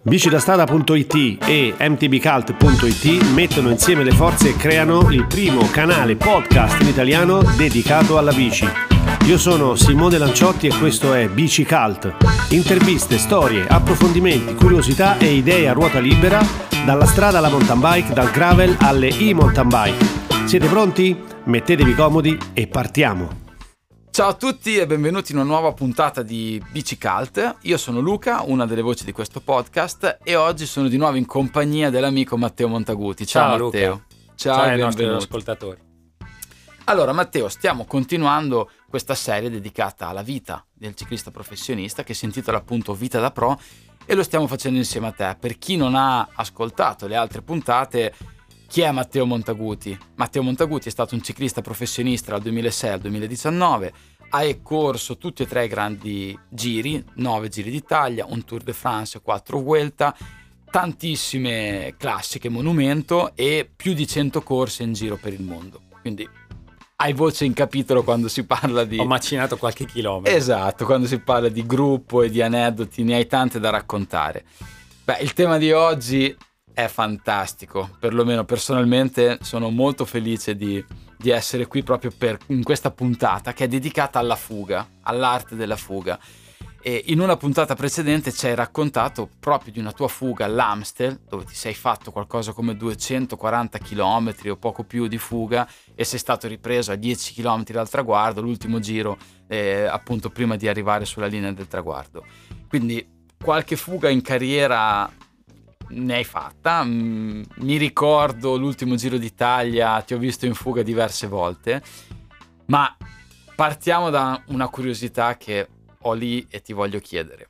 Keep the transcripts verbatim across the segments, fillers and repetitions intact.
Bicidastrada punto it e m t b cult punto it mettono insieme le forze e creano il primo canale podcast in italiano dedicato alla bici. Io sono Simone Lanciotti e questo è Bici Cult. Interviste, storie, approfondimenti, curiosità e idee a ruota libera, dalla strada alla mountain bike, dal gravel alle e-mountain bike. Siete pronti? Mettetevi comodi e partiamo! Ciao a tutti e benvenuti in una nuova puntata di Bici Cult. Io sono Luca, una delle voci di questo podcast, e oggi sono di nuovo in compagnia dell'amico Matteo Montaguti. Ciao, Ciao Matteo. Luca. Ciao, Ciao ai nostri ascoltatori. Allora Matteo, stiamo continuando questa serie dedicata alla vita del ciclista professionista che si intitola appunto Vita da Pro e lo stiamo facendo insieme a te. Per chi non ha ascoltato le altre puntate, chi è Matteo Montaguti? Matteo Montaguti è stato un ciclista professionista dal duemilasei al duemiladiciannove, ha corso tutti e tre i grandi giri, nove giri d'Italia, un Tour de France, quattro Vuelta, tantissime classiche monumento e più di cento corse in giro per il mondo. Quindi hai voce in capitolo quando si parla di... Ho macinato qualche chilometro. Esatto, quando si parla di gruppo e di aneddoti, ne hai tante da raccontare. Beh, il tema di oggi è fantastico, perlomeno personalmente sono molto felice di, di essere qui proprio per, in questa puntata che è dedicata alla fuga, all'arte della fuga. E in una puntata precedente ci hai raccontato proprio di una tua fuga all'Amstel, dove ti sei fatto qualcosa come duecentoquaranta chilometri o poco più di fuga e sei stato ripreso a dieci chilometri dal traguardo, l'ultimo giro eh, appunto prima di arrivare sulla linea del traguardo. Quindi qualche fuga in carriera ne hai fatta. Mm, mi ricordo l'ultimo Giro d'Italia, ti ho visto in fuga diverse volte, ma partiamo da una curiosità che ho lì e ti voglio chiedere.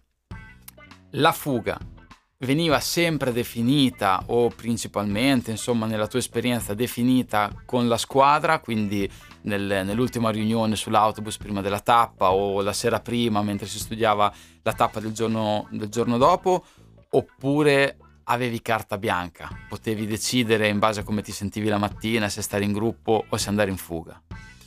La fuga veniva sempre definita o principalmente, insomma, nella tua esperienza definita con la squadra, quindi nel, nell'ultima riunione sull'autobus prima della tappa o la sera prima mentre si studiava la tappa del giorno, del giorno dopo, oppure avevi carta bianca, potevi decidere in base a come ti sentivi la mattina se stare in gruppo o se andare in fuga?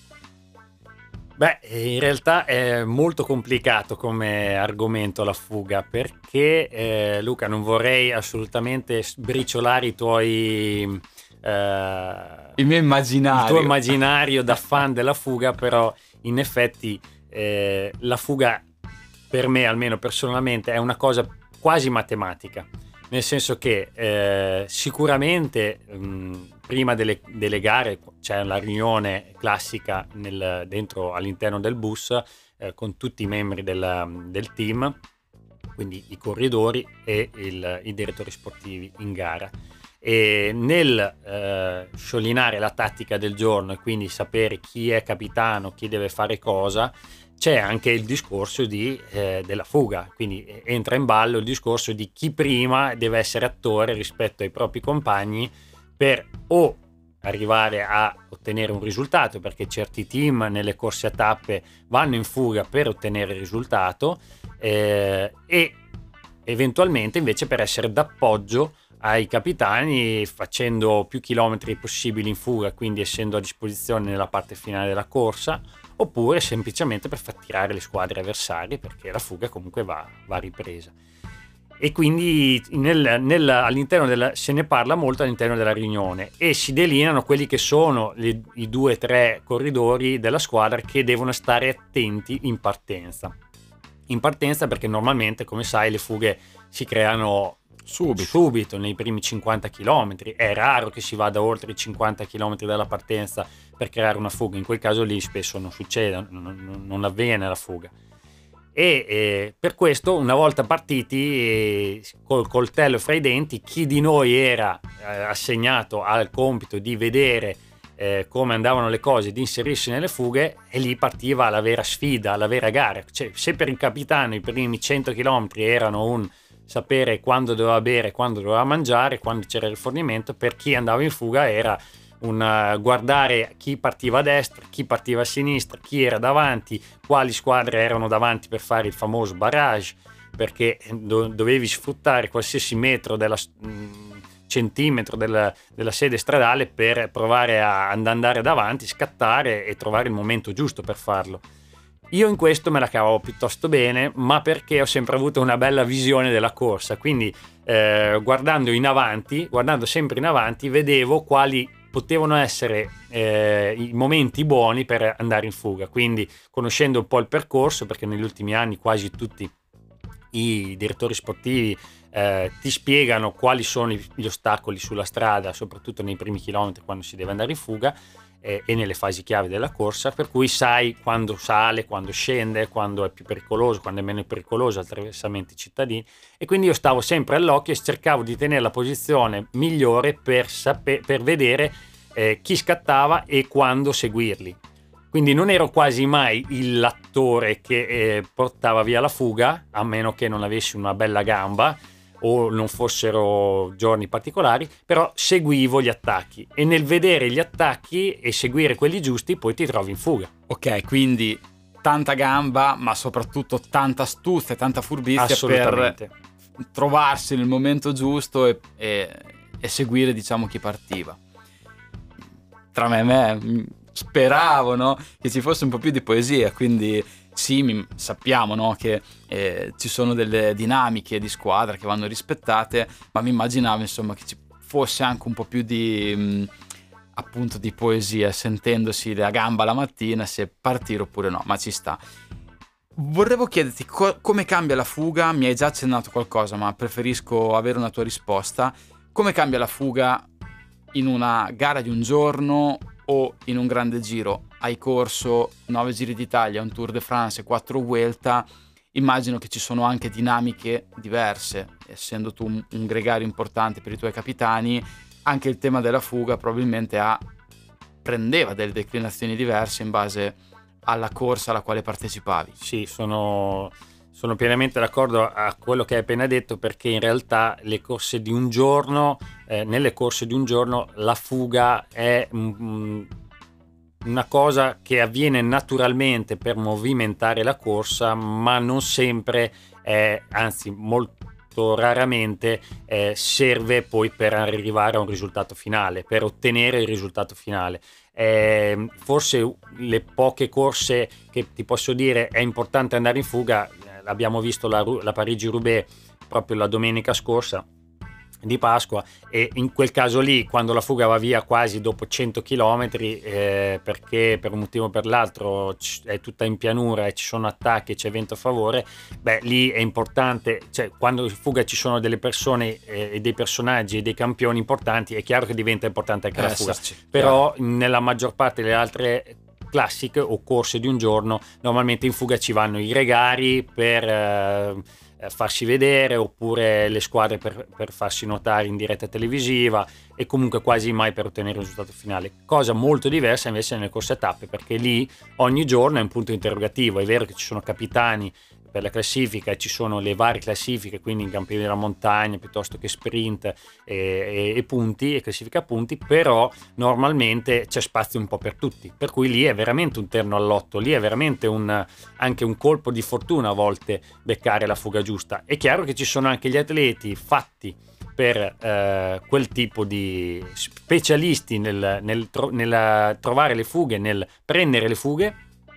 Beh, in realtà è molto complicato come argomento la fuga, perché eh, Luca, non vorrei assolutamente sbriciolare i tuoi eh, il mio immaginario il tuo immaginario da fan della fuga, però in effetti eh, la fuga per me, almeno personalmente, è una cosa quasi matematica. Nel senso che eh, sicuramente mh, prima delle, delle gare c'è la riunione classica nel, dentro all'interno del bus eh, con tutti i membri del, del team, quindi i corridori e il, i direttori sportivi in gara. E nel eh, sciolinare la tattica del giorno e quindi sapere chi è capitano, chi deve fare cosa, c'è anche il discorso di, eh, della fuga, quindi entra in ballo il discorso di chi prima deve essere attore rispetto ai propri compagni per o arrivare a ottenere un risultato, perché certi team nelle corse a tappe vanno in fuga per ottenere il risultato, eh, e eventualmente invece per essere d'appoggio ai capitani facendo più chilometri possibili in fuga, quindi essendo a disposizione nella parte finale della corsa, oppure semplicemente per far tirare le squadre avversarie, perché la fuga comunque va, va ripresa. E quindi nel, nel, all'interno della, se ne parla molto all'interno della riunione e si delineano quelli che sono le, i due o tre corridori della squadra che devono stare attenti in partenza. In partenza perché normalmente, come sai, le fughe si creano subito, subito nei primi cinquanta chilometri. È raro che si vada oltre i cinquanta chilometri dalla partenza per creare una fuga, in quel caso lì spesso non succede, non, non avviene la fuga. E eh, per questo, una volta partiti eh, col coltello fra i denti, chi di noi era eh, assegnato al compito di vedere eh, come andavano le cose, di inserirsi nelle fughe, e lì partiva la vera sfida, la vera gara. Cioè, se per il capitano i primi cento chilometri erano un sapere quando doveva bere, quando doveva mangiare, quando c'era il rifornimento, per chi andava in fuga era un uh, guardare chi partiva a destra, chi partiva a sinistra, chi era davanti, quali squadre erano davanti per fare il famoso barrage, perché do- dovevi sfruttare qualsiasi metro della mh, centimetro della, della sede stradale per provare a, ad andare davanti, scattare e trovare il momento giusto per farlo. io in questo me la cavavo piuttosto bene, ma perché ho sempre avuto una bella visione della corsa, quindi eh, guardando in avanti, guardando sempre in avanti, vedevo quali potevano essere eh, i momenti buoni per andare in fuga, quindi conoscendo un po' il percorso, perché negli ultimi anni quasi tutti i direttori sportivi eh, ti spiegano quali sono gli ostacoli sulla strada, soprattutto nei primi chilometri quando si deve andare in fuga, e nelle fasi chiave della corsa, per cui sai quando sale, quando scende, quando è più pericoloso, quando è meno pericoloso, attraversamenti cittadini, e quindi io stavo sempre all'occhio e cercavo di tenere la posizione migliore per, saper, per vedere eh, chi scattava e quando seguirli. Quindi non ero quasi mai il l'attore che eh, portava via la fuga, a meno che non avessi una bella gamba o non fossero giorni particolari, però seguivo gli attacchi, e nel vedere gli attacchi e seguire quelli giusti poi ti trovi in fuga. Ok, quindi tanta gamba, ma soprattutto tanta astuzia, tanta furbizia per trovarsi nel momento giusto e, e, e seguire, diciamo, chi partiva. Tra me e me speravo, no, che ci fosse un po' più di poesia, quindi sì, mi, sappiamo, no, che eh, ci sono delle dinamiche di squadra che vanno rispettate, ma mi immaginavo, insomma, che ci fosse anche un po' più di mh, appunto di poesia, sentendosi la gamba la mattina se partire oppure no, ma ci sta. Volevo chiederti co- come cambia la fuga. Mi hai già accennato qualcosa, ma preferisco avere una tua risposta. Come cambia la fuga in una gara di un giorno o in un grande giro? Hai corso nove Giri d'Italia, un Tour de France e quattro Vuelta, immagino che ci sono anche dinamiche diverse, essendo tu un, un gregario importante per i tuoi capitani, anche il tema della fuga probabilmente ha, prendeva delle declinazioni diverse in base alla corsa alla quale partecipavi. Sì, sono, sono pienamente d'accordo a quello che hai appena detto, perché in realtà le corse di un giorno, eh, nelle corse di un giorno la fuga è mm, una cosa che avviene naturalmente per movimentare la corsa, ma non sempre, eh, anzi molto raramente eh, serve poi per arrivare a un risultato finale, per ottenere il risultato finale. Eh, forse le poche corse che ti posso dire è importante andare in fuga, eh, abbiamo visto la, la Parigi-Roubaix proprio la domenica scorsa di Pasqua, e in quel caso lì, quando la fuga va via quasi dopo cento chilometri, eh, perché per un motivo o per l'altro è tutta in pianura e ci sono attacchi e c'è vento a favore, beh, lì è importante, cioè quando in fuga ci sono delle persone eh, e dei personaggi e dei campioni importanti, è chiaro che diventa importante anche la fuga, però chiaro. Nella maggior parte delle altre classiche o corse di un giorno, normalmente in fuga ci vanno i gregari per eh, farsi vedere, oppure le squadre per, per farsi notare in diretta televisiva, e comunque quasi mai per ottenere il risultato finale. Cosa molto diversa invece nelle corse a tappe, perché lì ogni giorno è un punto interrogativo. È vero che ci sono capitani per la classifica e ci sono le varie classifiche, quindi in campioni della montagna piuttosto che sprint e, e, e punti e classifica punti, però normalmente c'è spazio un po' per tutti, per cui lì è veramente un terno all'otto, lì è veramente un, anche un colpo di fortuna a volte beccare la fuga giusta. È chiaro che ci sono anche gli atleti fatti per eh, quel tipo di specialisti nel, nel, tro- nel trovare le fughe, nel prendere le fughe,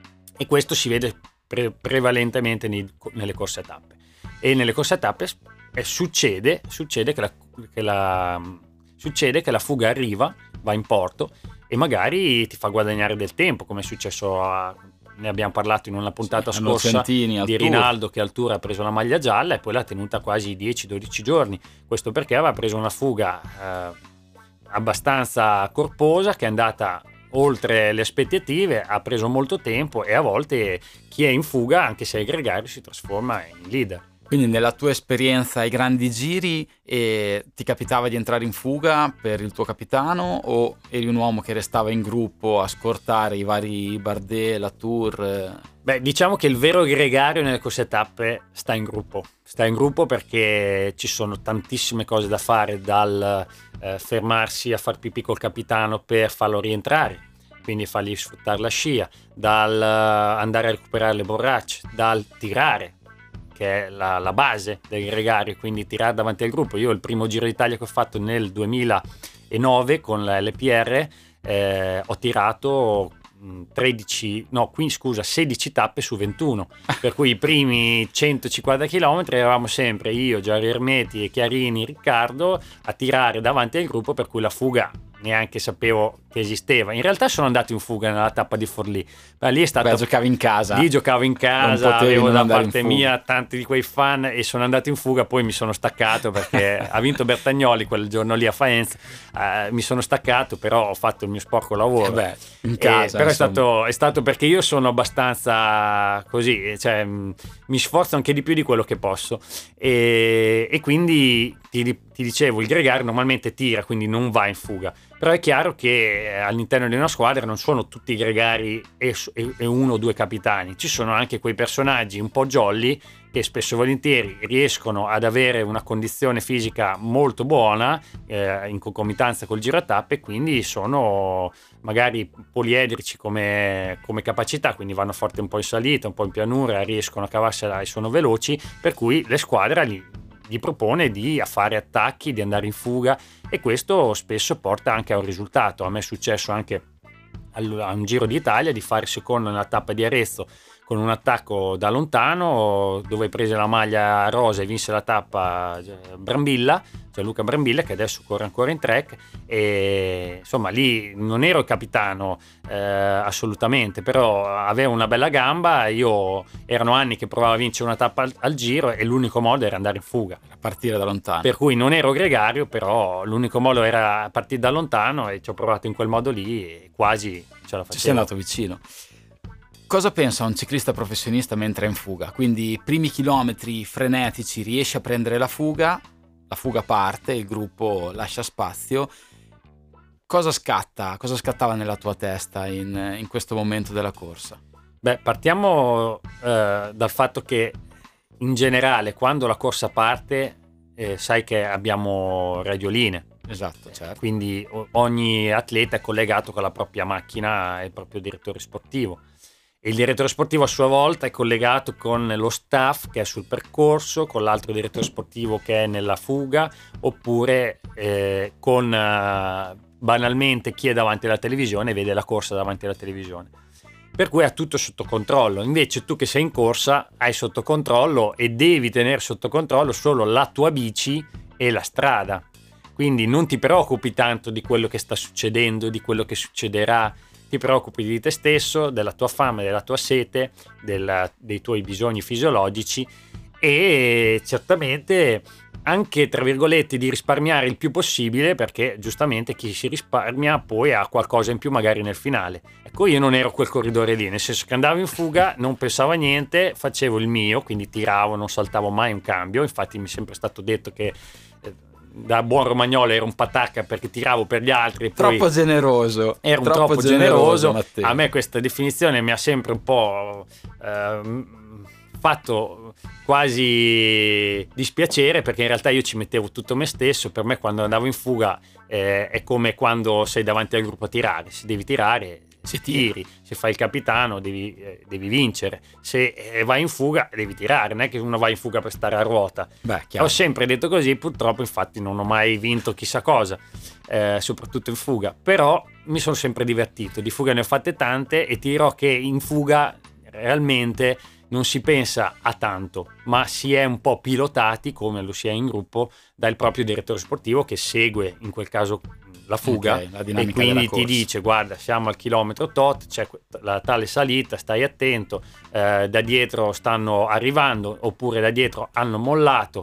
e questo si vede Pre- prevalentemente nei, nelle corse a tappe. E nelle corse a tappe eh, succede, succede, che la, che la, succede che la fuga arriva, va in porto e magari ti fa guadagnare del tempo, come è successo a, ne abbiamo parlato in una puntata sì, scorsa di Rinaldo, che al Tour ha preso la maglia gialla e poi l'ha tenuta quasi dieci dodici giorni. Questo perché aveva preso una fuga eh, abbastanza corposa, che è andata oltre le aspettative, ha preso molto tempo, e a volte chi è in fuga, anche se è gregario, si trasforma in leader. Quindi nella tua esperienza ai grandi giri eh, ti capitava di entrare in fuga per il tuo capitano, o eri un uomo che restava in gruppo a scortare i vari Bardet, la Tour? Beh, diciamo che il vero gregario nelle corse a tappe sta in gruppo. Sta in gruppo perché ci sono tantissime cose da fare, dal eh, fermarsi a far pipì col capitano per farlo rientrare, quindi fargli sfruttare la scia, dal uh, andare a recuperare le borracce, dal tirare, che è la, la base del gregario, quindi tirare davanti al gruppo. Io il primo Giro d'Italia che ho fatto nel duemilanove con la L P R eh, ho tirato tredici, no, quindi scusa, sedici tappe su ventuno, per cui i primi centocinquanta chilometri eravamo sempre io, Gianni Ermeti e Chiarini, Riccardo a tirare davanti al gruppo, per cui la fuga neanche sapevo che esisteva. In realtà sono andato in fuga nella tappa di Forlì, ma lì è stato, beh, giocavi in casa, lì giocavo in casa, avevo da parte mia tanti di quei fan e sono andato in fuga, poi mi sono staccato perché ha vinto Bertagnoli quel giorno lì a Faenza, eh, mi sono staccato, però ho fatto il mio sporco lavoro, eh beh, in casa, eh, però è stato, è stato perché io sono abbastanza così, cioè mh, mi sforzo anche di più di quello che posso, e, e quindi ti, ti dicevo, il gregario normalmente tira, quindi non va in fuga, però è chiaro che all'interno di una squadra non sono tutti i gregari e, e uno o due capitani, ci sono anche quei personaggi un po' jolly che spesso e volentieri riescono ad avere una condizione fisica molto buona eh, in concomitanza col giro a tappe, e quindi sono magari poliedrici come, come capacità, quindi vanno forte un po' in salita, un po' in pianura, riescono a cavarsela e sono veloci, per cui le squadre gli, gli propone di fare attacchi, di andare in fuga, e questo spesso porta anche a un risultato. A me è successo anche a un Giro d'Italia di fare secondo nella tappa di Arezzo con un attacco da lontano, dove prese la maglia rosa e vinse la tappa Brambilla, Gianluca Brambilla, che adesso corre ancora in trek, e insomma lì non ero il capitano eh, assolutamente, però avevo una bella gamba, io erano anni che provavo a vincere una tappa al, al Giro e l'unico modo era andare in fuga, a partire da lontano, per cui non ero gregario, però l'unico modo era partire da lontano, e ci ho provato in quel modo lì e quasi ce la facevo. Ci sei andato vicino. Cosa pensa un ciclista professionista mentre è in fuga? Quindi i primi chilometri frenetici, riesce a prendere la fuga, la fuga parte, il gruppo lascia spazio. Cosa scatta? Cosa scattava nella tua testa in, in questo momento della corsa? Beh, partiamo eh, dal fatto che in generale quando la corsa parte eh, sai che abbiamo radioline. Esatto, certo. Quindi ogni atleta è collegato con la propria macchina e il proprio direttore sportivo. E il direttore sportivo a sua volta è collegato con lo staff che è sul percorso, con l'altro direttore sportivo che è nella fuga, oppure eh, con eh, banalmente chi è davanti alla televisione e vede la corsa davanti alla televisione. Per cui ha tutto sotto controllo. Invece tu che sei in corsa hai sotto controllo e devi tenere sotto controllo solo la tua bici e la strada. Quindi non ti preoccupi tanto di quello che sta succedendo, di quello che succederà. Ti preoccupi di te stesso, della tua fame, della tua sete, della, dei tuoi bisogni fisiologici, e certamente anche, tra virgolette, di risparmiare il più possibile, perché giustamente chi si risparmia poi ha qualcosa in più magari nel finale. Ecco, io non ero quel corridore lì, nel senso che andavo in fuga, non pensavo a niente, facevo il mio, quindi tiravo, non saltavo mai un cambio. Infatti mi è sempre stato detto che da buon romagnolo ero un patacca perché tiravo per gli altri, poi troppo generoso, ero troppo troppo generoso, generoso. A me questa definizione mi ha sempre un po' eh, fatto quasi dispiacere, perché in realtà io ci mettevo tutto me stesso. Per me quando andavo in fuga eh, è come quando sei davanti al gruppo a tirare, se devi tirare se tiri, se fai il capitano devi, eh, devi vincere, se eh, vai in fuga devi tirare, non è che uno va in fuga per stare a ruota. Beh, ho sempre detto così, purtroppo infatti non ho mai vinto chissà cosa, eh, soprattutto in fuga, però mi sono sempre divertito, di fuga ne ho fatte tante, e ti dirò che in fuga realmente non si pensa a tanto, ma si è un po' pilotati, come lo si è in gruppo, dal proprio direttore sportivo che segue in quel caso la fuga, okay, la e quindi ti dice: guarda, siamo al chilometro tot, c'è la tale salita, stai attento, eh, da dietro stanno arrivando, oppure da dietro hanno mollato,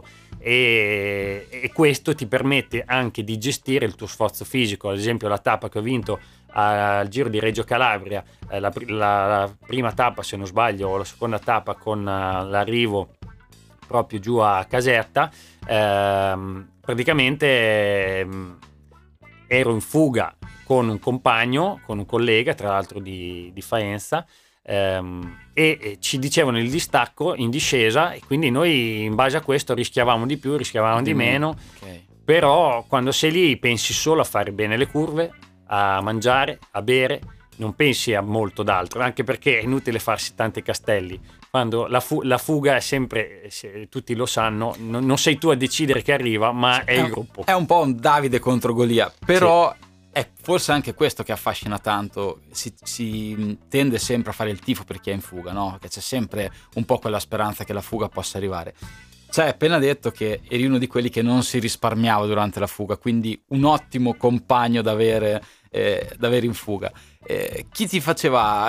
e, e questo ti permette anche di gestire il tuo sforzo fisico. Ad esempio la tappa che ho vinto al Giro di Reggio Calabria, eh, la, la, la prima tappa se non sbaglio, o la seconda tappa con uh, l'arrivo proprio giù a Caserta, ehm, praticamente ehm, ero in fuga con un compagno, con un collega tra l'altro di, di Faenza, ehm, e, e ci dicevano il distacco in discesa, e quindi noi in base a questo rischiavamo di più, rischiavamo di, di meno, okay. Però quando sei lì pensi solo a fare bene le curve, a mangiare, a bere, non pensi a molto d'altro, anche perché è inutile farsi tanti castelli. Quando la, fu- la fuga è sempre, tutti lo sanno, non, non sei tu a decidere che arriva, ma è è il gruppo. È un po' un Davide contro Golia, però sì. è forse anche questo che affascina tanto, si, si tende sempre a fare il tifo per chi è in fuga, no? Che c'è sempre un po' quella speranza che la fuga possa arrivare. Ci hai appena detto che eri uno di quelli che non si risparmiava durante la fuga, quindi un ottimo compagno da avere, eh, da avere in fuga. Eh, chi ti faceva,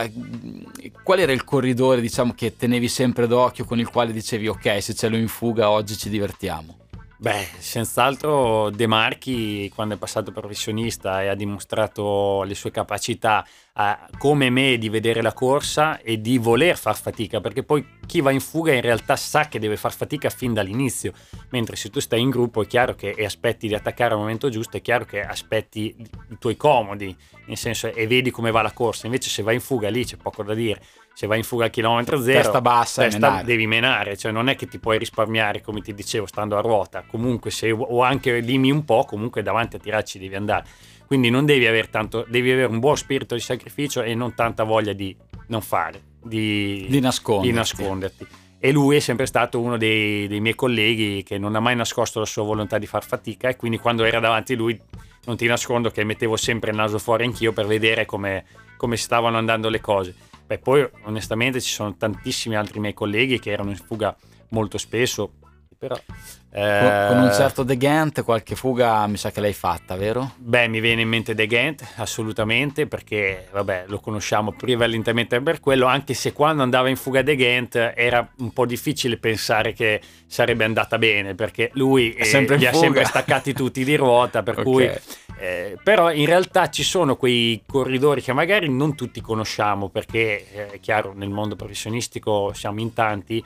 qual era il corridore, diciamo, che tenevi sempre d'occhio, con il quale dicevi ok, se c'è lui in fuga oggi ci divertiamo? Beh, senz'altro De Marchi, quando è passato professionista e ha dimostrato le sue capacità, a, come me, di vedere la corsa e di voler far fatica, perché poi chi va in fuga in realtà sa che deve far fatica fin dall'inizio, mentre se tu stai in gruppo è chiaro che e aspetti di attaccare al momento giusto, è chiaro che aspetti i tuoi comodi, nel senso, e vedi come va la corsa. Invece se vai in fuga lì c'è poco da dire. Se vai in fuga al chilometro zero, testa bassa, testa, menare. devi menare, cioè non è che ti puoi risparmiare, come ti dicevo, stando a ruota. Comunque se o anche limi un po', comunque davanti a tirarci devi andare. Quindi non devi avere tanto, devi avere un buon spirito di sacrificio e non tanta voglia di non fare, di, di, nasconderti. di nasconderti. E lui è sempre stato uno dei, dei miei colleghi che non ha mai nascosto la sua volontà di far fatica, e quindi quando era davanti lui, non ti nascondo che mettevo sempre il naso fuori anch'io per vedere come, come stavano andando le cose. Beh, poi onestamente ci sono tantissimi altri miei colleghi che erano in fuga molto spesso, però eh... con un certo De Ghent qualche fuga mi sa che l'hai fatta, vero? Beh, mi viene in mente De Ghent, assolutamente, perché vabbè, lo conosciamo prevalentemente per quello, anche se quando andava in fuga De Ghent era un po' difficile pensare che sarebbe andata bene, perché lui è sempre eh, li ha sempre staccati tutti di ruota, per okay. cui eh, però in realtà ci sono quei corridori che magari non tutti conosciamo, perché eh, è chiaro, nel mondo professionistico siamo in tanti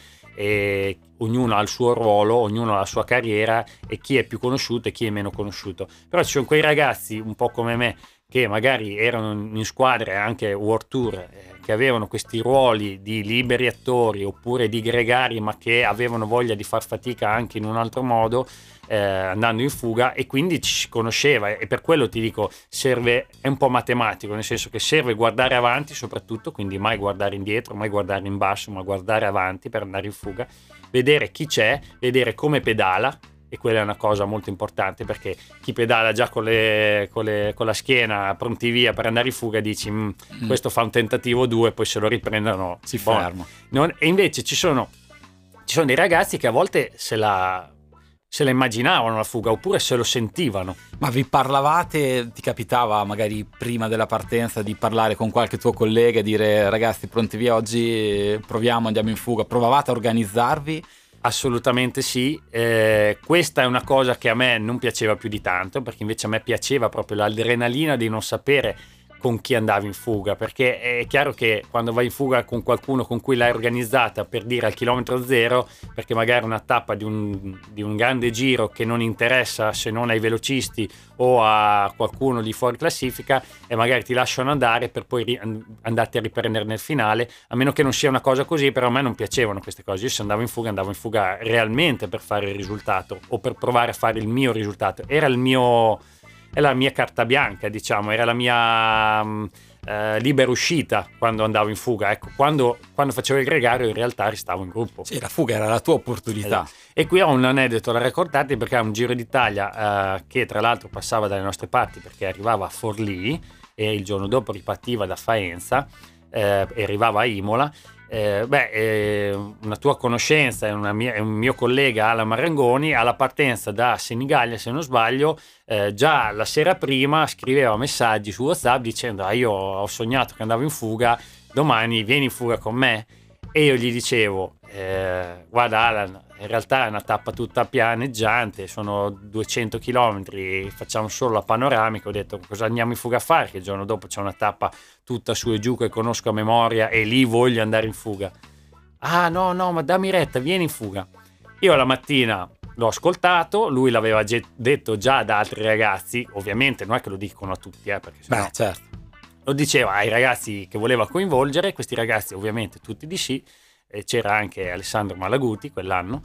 e ognuno ha il suo ruolo, ognuno ha la sua carriera, e chi è più conosciuto e chi è meno conosciuto. Però ci sono quei ragazzi un po' come me che magari erano in squadre anche World Tour, eh, che avevano questi ruoli di liberi attori oppure di gregari, ma che avevano voglia di far fatica anche in un altro modo, eh, andando in fuga, e quindi ci si conosceva. E per quello ti dico, serve, è un po' matematico, nel senso che serve guardare avanti soprattutto, quindi mai guardare indietro, mai guardare in basso, ma guardare avanti per andare in fuga, vedere chi c'è, vedere come pedala. E quella è una cosa molto importante, perché chi pedala già con, le, con, le, con la schiena pronti via per andare in fuga dici mm, mm. questo fa un tentativo, due, poi se lo riprendono si ferma. Non, e invece ci sono, ci sono dei ragazzi che a volte se la, se la immaginavano la fuga, oppure se lo sentivano. Ma vi parlavate, ti capitava magari prima della partenza di parlare con qualche tuo collega e dire ragazzi pronti via, oggi proviamo, andiamo in fuga? Provavate a organizzarvi? Assolutamente sì, eh, questa è una cosa che a me non piaceva più di tanto, perché invece a me piaceva proprio l'adrenalina di non sapere con chi andavi in fuga, perché è chiaro che quando vai in fuga con qualcuno con cui l'hai organizzata, per dire al chilometro zero, perché magari una tappa di un, di un grande giro che non interessa se non ai velocisti o a qualcuno di fuori classifica, e magari ti lasciano andare per poi ri- andarti a riprendere nel finale, a meno che non sia una cosa così. Però a me non piacevano queste cose. Io se andavo in fuga andavo in fuga realmente per fare il risultato, o per provare a fare il mio risultato. Era il mio è la mia carta bianca, diciamo, era la mia mh, eh, libera uscita quando andavo in fuga. Ecco, quando, quando facevo il gregario in realtà restavo in gruppo. Sì, la fuga era la tua opportunità. Esatto. E qui ho un aneddoto da raccontarti, perché è un Giro d'Italia eh, che tra l'altro passava dalle nostre parti, perché arrivava a Forlì e il giorno dopo ripartiva da Faenza eh, e arrivava a Imola. Eh, beh, eh, una tua conoscenza è, una mia, è un mio collega, Alan Marangoni, alla partenza da Senigallia, se non sbaglio, eh, già la sera prima scriveva messaggi su WhatsApp dicendo ah, io ho sognato che andavo in fuga, domani vieni in fuga con me. E io gli dicevo eh, guarda Alan, in realtà è una tappa tutta pianeggiante, sono duecento chilometri, facciamo solo la panoramica. Ho detto cosa andiamo in fuga a fare, che il giorno dopo c'è una tappa tutta su e giù che conosco a memoria e lì voglio andare in fuga. Ah no no, ma dammi retta, vieni in fuga. Io la mattina l'ho ascoltato, lui l'aveva ge- detto già ad altri ragazzi, ovviamente non è che lo dicono a tutti, eh, perché sennò... Beh, certo. Lo diceva ai ragazzi che voleva coinvolgere, questi ragazzi ovviamente tutti di sì, e c'era anche Alessandro Malaguti quell'anno.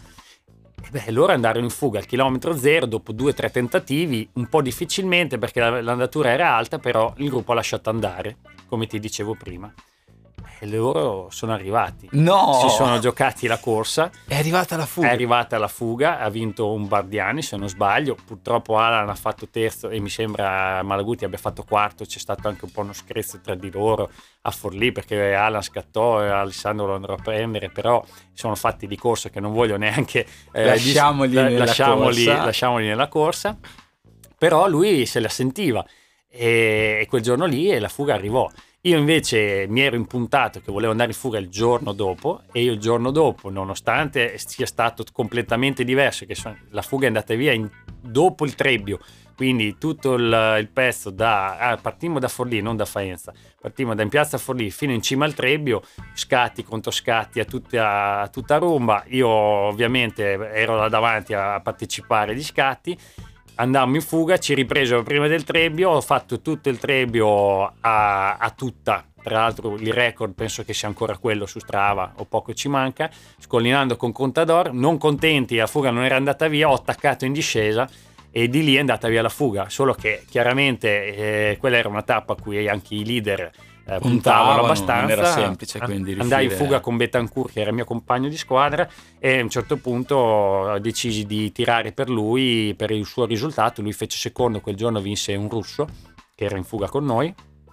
E beh, loro andarono in fuga al chilometro zero dopo due o tre tentativi, un po' difficilmente perché l'andatura era alta, però il gruppo ha lasciato andare, come ti dicevo prima. e loro sono arrivati. No! Si sono giocati la corsa. È arrivata la fuga. È arrivata la fuga, ha vinto un Bardiani se non sbaglio. Purtroppo Alan ha fatto terzo e mi sembra Malaguti abbia fatto quarto. C'è stato anche un po' uno screzio tra di loro a Forlì, perché Alan scattò e Alessandro lo andrò a prendere, però sono fatti di corsa che non voglio neanche eh, lasciamoli, dis- nella lasciamoli, corsa. lasciamoli nella corsa. Però lui se la sentiva e, e quel giorno lì e la fuga arrivò. Io invece mi ero impuntato che volevo andare in fuga il giorno dopo, e io il giorno dopo, nonostante sia stato completamente diverso, che son, la fuga è andata via in, dopo il Trebbio, quindi tutto il, il pezzo da ah, partimmo da Forlì, non da Faenza, partimmo da in piazza Forlì fino in cima al Trebbio, scatti contro scatti a tutta, a tutta rumba. Io ovviamente ero là davanti a partecipare agli scatti. Andammo in fuga, ci ripresero prima del Trebbio, ho fatto tutto il Trebbio a, a tutta, tra l'altro il record penso che sia ancora quello su Strava o poco ci manca, scollinando con Contador. Non contenti, la fuga non era andata via, ho attaccato in discesa e di lì è andata via la fuga, solo che chiaramente eh, quella era una tappa a cui anche i leader Eh, puntavano abbastanza. Non era semplice, quindi andai riuscire... in fuga con Betancourt, che era il mio compagno di squadra, e a un certo punto decisi di tirare per lui, per il suo risultato. Lui fece secondo, quel giorno vinse un russo che era in fuga con noi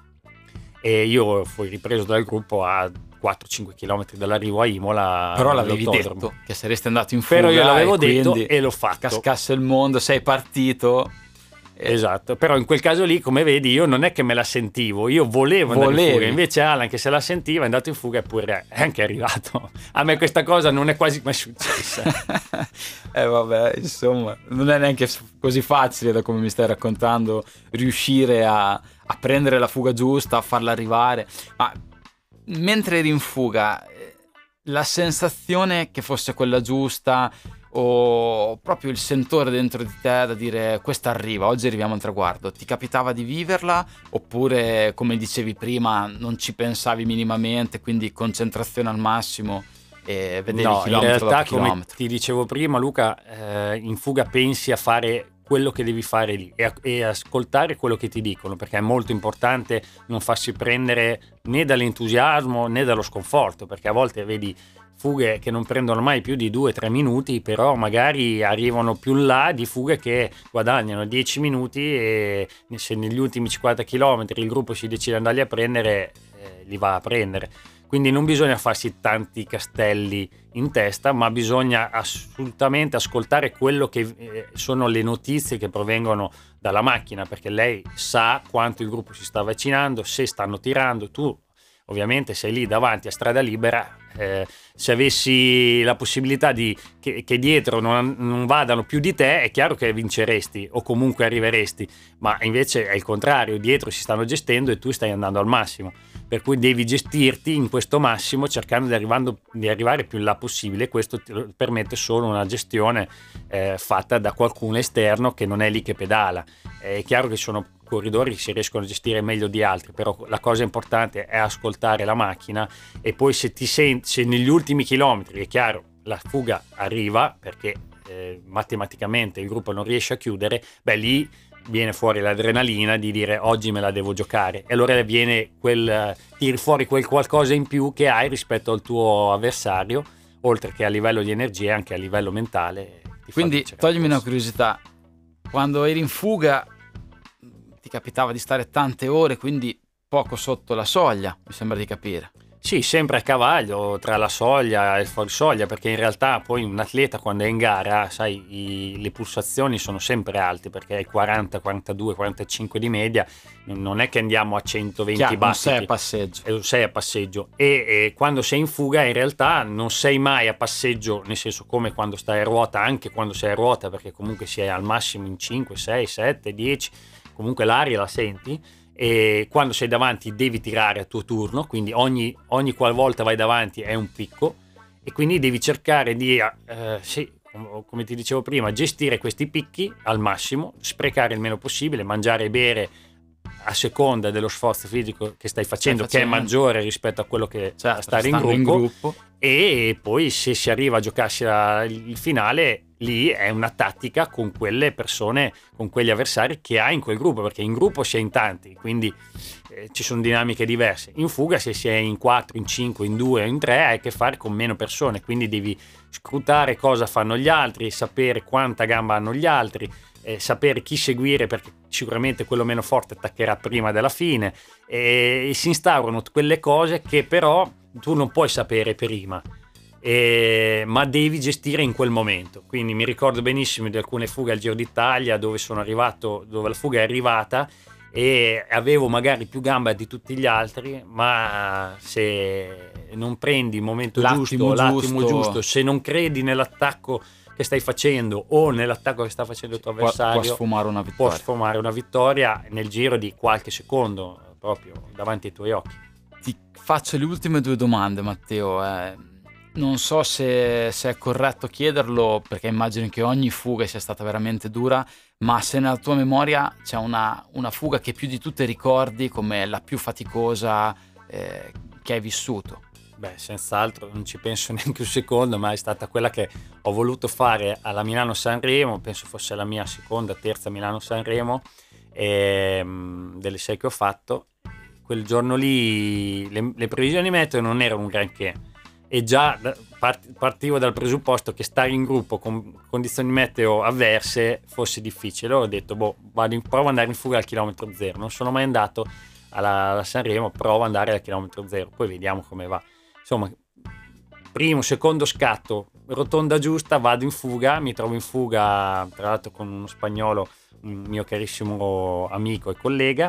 e io fui ripreso dal gruppo a quattro cinque chilometri dall'arrivo a Imola. Però l'avevi detto che saresti andato in fuga, però io l'avevo e detto e l'ho fatto. Cascasse il mondo, sei partito. Esatto, però in quel caso lì, come vedi, io non è che me la sentivo, io volevo andare Volevi. in fuga, invece Alan che se la sentiva è andato in fuga e pure è anche arrivato. A me questa cosa non è quasi mai successa. Eh vabbè, insomma, non è neanche così facile, da come mi stai raccontando, riuscire a, a prendere la fuga giusta, a farla arrivare. Ma mentre eri in fuga, la sensazione che fosse quella giusta, o proprio il sentore dentro di te da dire questa arriva, oggi arriviamo al traguardo, ti capitava di viverla, oppure come dicevi prima non ci pensavi minimamente, quindi concentrazione al massimo e vedevi no, chilometro in realtà dopo come chilometro? ti dicevo prima Luca, eh, in fuga pensi a fare quello che devi fare lì e, a, e ascoltare quello che ti dicono, perché è molto importante non farsi prendere né dall'entusiasmo né dallo sconforto, perché a volte vedi fughe che non prendono mai più di due tre minuti, però magari arrivano più in là di fughe che guadagnano dieci minuti e se negli ultimi cinquanta chilometri il gruppo si decide di andarli a prendere, eh, li va a prendere. Quindi non bisogna farsi tanti castelli in testa, ma bisogna assolutamente ascoltare quello che eh, sono le notizie che provengono dalla macchina, perché lei sa quanto il gruppo si sta avvicinando, se stanno tirando. Tu ovviamente sei lì davanti a strada libera, eh, se avessi la possibilità di che, che dietro non, non vadano più di te, è chiaro che vinceresti o comunque arriveresti, ma invece è il contrario, dietro si stanno gestendo e tu stai andando al massimo, per cui devi gestirti in questo massimo cercando di, arrivando, di arrivare più in là possibile. Questo ti permette solo una gestione eh, fatta da qualcuno esterno che non è lì che pedala. È chiaro che sono corridori che si riescono a gestire meglio di altri, però la cosa importante è ascoltare la macchina, e poi se ti senti, se negli ultimi chilometri è chiaro la fuga arriva perché eh, matematicamente il gruppo non riesce a chiudere, beh lì viene fuori l'adrenalina di dire oggi me la devo giocare, e allora viene quel tiri fuori quel qualcosa in più che hai rispetto al tuo avversario, oltre che a livello di energia anche a livello mentale. Ti Quindi toglimi una curiosità, quando eri in fuga ti capitava di stare tante ore, quindi poco sotto la soglia, mi sembra di capire. Sì, sempre a cavallo tra la soglia e il fuorisoglia, perché in realtà poi un atleta quando è in gara, sai, i, le pulsazioni sono sempre alte, perché hai quaranta, quarantadue, quarantacinque di media, non è che andiamo a centoventi Chiaro, battiti. non sei a passeggio. Non sei a passeggio e, e quando sei in fuga in realtà non sei mai a passeggio, nel senso come quando stai a ruota, anche quando sei a ruota, perché comunque sei al massimo in cinque, sei, sette, dieci, comunque l'aria la senti. E quando sei davanti devi tirare a tuo turno, quindi ogni, ogni qualvolta vai davanti è un picco, e quindi devi cercare di, eh, sì, come ti dicevo prima, gestire questi picchi al massimo, sprecare il meno possibile, mangiare e bere a seconda dello sforzo fisico che stai facendo, stai facendo. che è maggiore rispetto a quello che certo, stare in gruppo, in gruppo. E poi se si arriva a giocarsi la, il finale, lì è una tattica con quelle persone, con quegli avversari che hai in quel gruppo, perché in gruppo si è in tanti, quindi eh, ci sono dinamiche diverse. In fuga, se si è in quattro, in cinque, in due o in tre, hai a che fare con meno persone, quindi devi scrutare cosa fanno gli altri, sapere quanta gamba hanno gli altri, eh, sapere chi seguire, perché sicuramente quello meno forte attaccherà prima della fine, e, e si instaurano quelle cose che però tu non puoi sapere prima. Eh, ma devi gestire in quel momento. Quindi mi ricordo benissimo di alcune fughe al Giro d'Italia dove sono arrivato, dove la fuga è arrivata e avevo magari più gamba di tutti gli altri, ma se non prendi il momento L'attimo giusto, l'attimo giusto. giusto, se non credi nell'attacco che stai facendo o nell'attacco che sta facendo il tuo Può, avversario, può sfumare una può vittoria. sfumare una vittoria nel giro di qualche secondo, proprio davanti ai tuoi occhi. Ti faccio le ultime due domande, Matteo. eh. Non so se, se è corretto chiederlo, perché immagino che ogni fuga sia stata veramente dura, ma se nella tua memoria c'è una, una fuga che più di tutte ricordi come la più faticosa eh, che hai vissuto. Beh, senz'altro, non ci penso neanche un secondo, ma è stata quella che ho voluto fare alla Milano-Sanremo, penso fosse la mia seconda, terza Milano-Sanremo, e, mh, delle sei che ho fatto. Quel giorno lì le, le previsioni meteo non erano un granché, e già partivo dal presupposto che stare in gruppo con condizioni meteo avverse fosse difficile. Allora ho detto, boh, vado in, provo ad andare in fuga al chilometro zero. Non sono mai andato alla, alla Sanremo, provo ad andare al chilometro zero, poi vediamo come va. Insomma, primo, secondo scatto, rotonda giusta, vado in fuga, mi trovo in fuga tra l'altro con uno spagnolo, un mio carissimo amico e collega,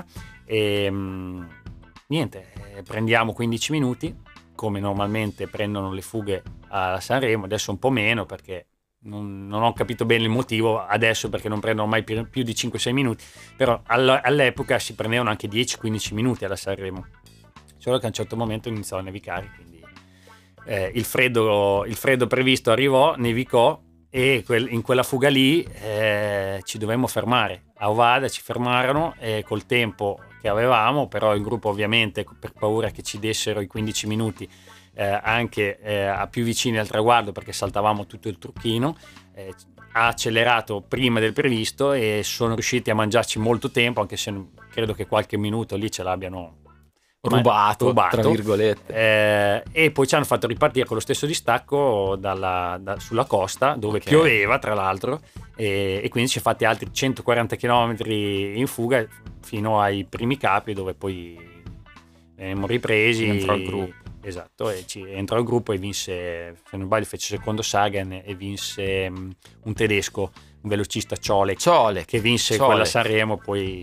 e mh, niente, eh, prendiamo quindici minuti, come normalmente prendono le fughe a Sanremo, adesso un po' meno perché non, non ho capito bene il motivo adesso, perché non prendono mai più, più di cinque sei minuti, però all, all'epoca si prendevano anche dieci quindici minuti alla Sanremo, solo che a un certo momento iniziò a nevicare, quindi eh, il, freddo, il freddo previsto arrivò, nevicò, e quel, in quella fuga lì eh, ci dovemmo fermare. A Ovada ci fermarono e col tempo che avevamo, però il gruppo ovviamente per paura che ci dessero i quindici minuti eh, anche eh, a più vicini al traguardo, perché saltavamo tutto il trucchino, eh, ha accelerato prima del previsto e sono riusciti a mangiarci molto tempo, anche se credo che qualche minuto lì ce l'abbiano Rubato, rubato, tra virgolette. Eh, e poi ci hanno fatto ripartire con lo stesso distacco dalla, da, sulla costa, dove Okay. pioveva tra l'altro, e, e quindi ci ha fatti altri centoquaranta chilometri in fuga fino ai primi capi, dove poi abbiamo ripresi. Entrò il gruppo. Esatto, e ci entrò il gruppo e vinse, se non sbaglio fece secondo Sagan e vinse um, un tedesco, un velocista, Ciolek, Ciolek, che vinse Ciolek. quella Sanremo, poi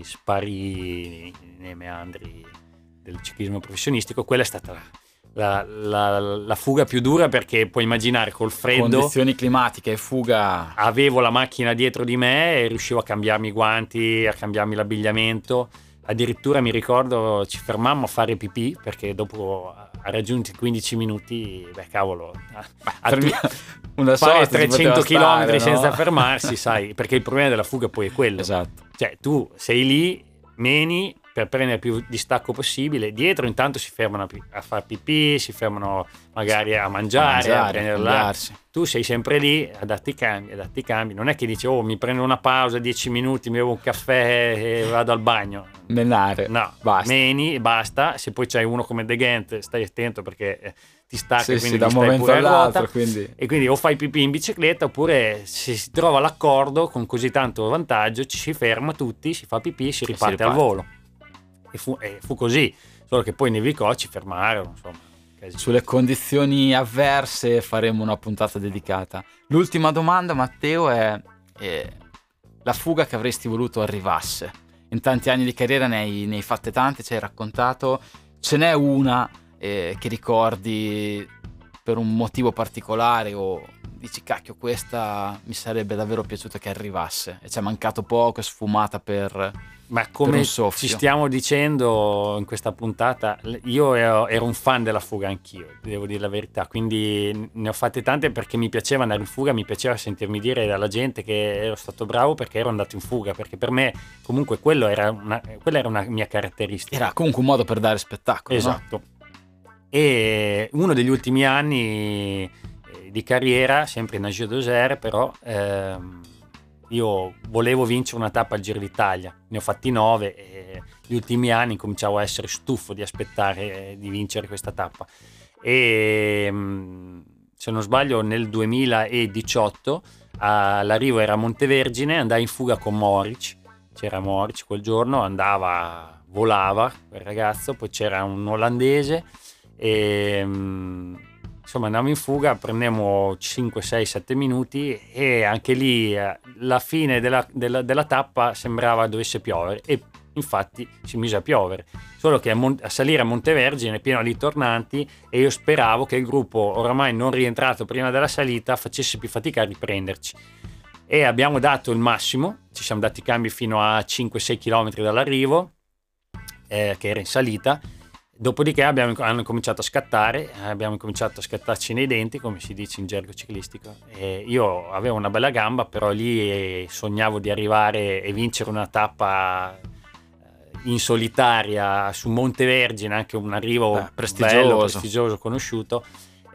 sparì nei meandri del ciclismo professionistico. Quella è stata la, la, la, la fuga più dura, perché puoi immaginare col freddo, condizioni climatiche e fuga. avevo la macchina dietro di me e riuscivo a cambiarmi i guanti, a cambiarmi l'abbigliamento. Addirittura mi ricordo ci fermammo a fare pipì, perché dopo a raggiunti quindici minuti, beh cavolo, a, a Fermi- fare una sorta si trecento poteva chilometri stare, no? senza fermarsi, sai, perché il problema della fuga poi è quello. Esatto. Cioè tu sei lì, meni per prendere più distacco possibile, dietro intanto si fermano a fare pipì, si fermano magari a mangiare, a, mangiare, prendere a l'acqua. cambiarsi. Tu sei sempre lì a darti i cambi, a darti i cambi. Non è che dici, oh, mi prendo una pausa, dieci minuti, mi bevo un caffè e vado al bagno. Menare. No, Basta. meni e basta. Se poi c'hai uno come De Ghent, stai attento, perché eh, ti stacca, Sì, quindi sì, da gli un stai momento pure a all'altro, ruota. quindi. E quindi o fai pipì in bicicletta, oppure se si trova l'accordo con così tanto vantaggio, ci si ferma tutti, si fa pipì e si riparte, riparte. al volo. E fu, e fu così, solo che poi nevicò, ci fermarono, insomma. Casino. Sulle condizioni avverse faremo una puntata dedicata. L'ultima domanda, Matteo, è, è la fuga che avresti voluto arrivasse. In tanti anni di carriera ne hai, ne hai fatte tante, ci hai raccontato. Ce n'è una eh, che ricordi per un motivo particolare, o dici cacchio, questa mi sarebbe davvero piaciuto che arrivasse e ci è mancato poco, è sfumata per... Ma per come un soffio. ci stiamo dicendo in questa puntata, io ero, ero un fan della fuga anch'io, devo dire la verità, quindi ne ho fatte tante perché mi piaceva andare in fuga, mi piaceva sentirmi dire dalla gente che ero stato bravo perché ero andato in fuga, perché per me comunque quello era una, quella era una mia caratteristica. Era comunque un modo per dare spettacolo, no? Esatto. E uno degli ultimi anni, di carriera, sempre in Agio d'Auxerre, però ehm, io volevo vincere una tappa al Giro d'Italia, ne ho fatti nove e gli ultimi anni cominciavo a essere stufo di aspettare di vincere questa tappa e se non sbaglio nel duemiladiciotto all'arrivo era a Montevergine, andai in fuga con Moritz, c'era Moritz quel giorno, andava, volava quel ragazzo, poi c'era un olandese e insomma andavamo in fuga, prendemmo cinque, sei, sette minuti e anche lì la fine della, della, della tappa sembrava dovesse piovere e infatti si mise a piovere, solo che a, Mon- a salire a Montevergine è pieno di tornanti e io speravo che il gruppo oramai non rientrato prima della salita facesse più fatica a riprenderci e abbiamo dato il massimo, ci siamo dati cambi fino a cinque sei chilometri dall'arrivo eh, che era in salita. Dopodiché abbiamo, hanno cominciato a scattare, abbiamo cominciato a scattarci nei denti, come si dice in gergo ciclistico. E io avevo una bella gamba, però lì sognavo di arrivare e vincere una tappa in solitaria su Montevergine, anche un arrivo Beh, prestigioso. bello, prestigioso, conosciuto.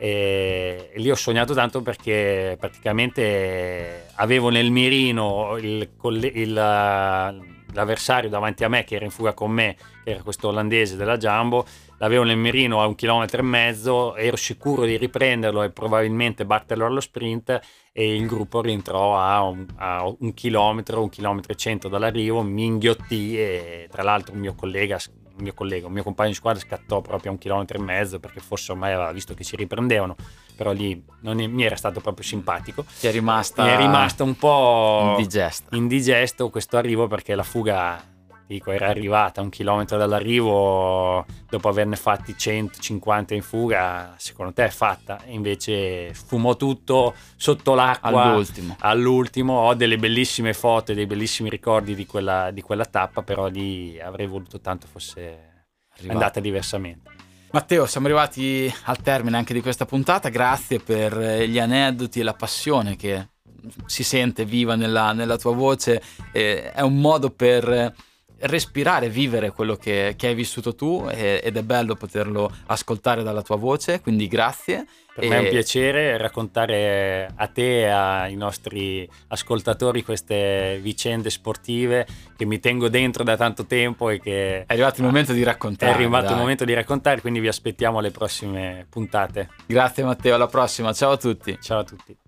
E, e lì ho sognato tanto perché praticamente avevo nel mirino il, il, l'avversario davanti a me che era in fuga con me, che era questo olandese della Jumbo, l'avevo nel mirino a un chilometro e mezzo, ero sicuro di riprenderlo e probabilmente batterlo allo sprint e il gruppo rientrò a un, a un chilometro, un chilometro e cento dall'arrivo, mi inghiottì e tra l'altro un mio collega, un mio collega, un mio compagno di squadra scattò proprio a un chilometro e mezzo perché forse ormai aveva visto che si riprendevano, però lì non è, mi era stato proprio simpatico. Ti è rimasta, mi è rimasta un po' indigesta. indigesto questo arrivo perché la fuga, dico, era arrivata a un chilometro dall'arrivo dopo averne fatti centocinquanta in fuga, secondo te è fatta? E invece sfumò tutto sotto l'acqua all'ultimo. all'ultimo. Ho delle bellissime foto e dei bellissimi ricordi di quella, di quella tappa, però lì avrei voluto tanto fosse Arrivato. andata diversamente. Matteo, siamo arrivati al termine anche di questa puntata, grazie per gli aneddoti e la passione che si sente viva nella, nella tua voce, eh, è un modo per respirare, vivere quello che, che hai vissuto tu e, ed è bello poterlo ascoltare dalla tua voce, quindi grazie. Per e... me è un piacere raccontare a te e ai nostri ascoltatori queste vicende sportive che mi tengo dentro da tanto tempo e che è arrivato il momento di raccontare. È arrivato dai. il momento di raccontare, quindi vi aspettiamo alle prossime puntate. Grazie Matteo, alla prossima, ciao a tutti. Ciao a tutti.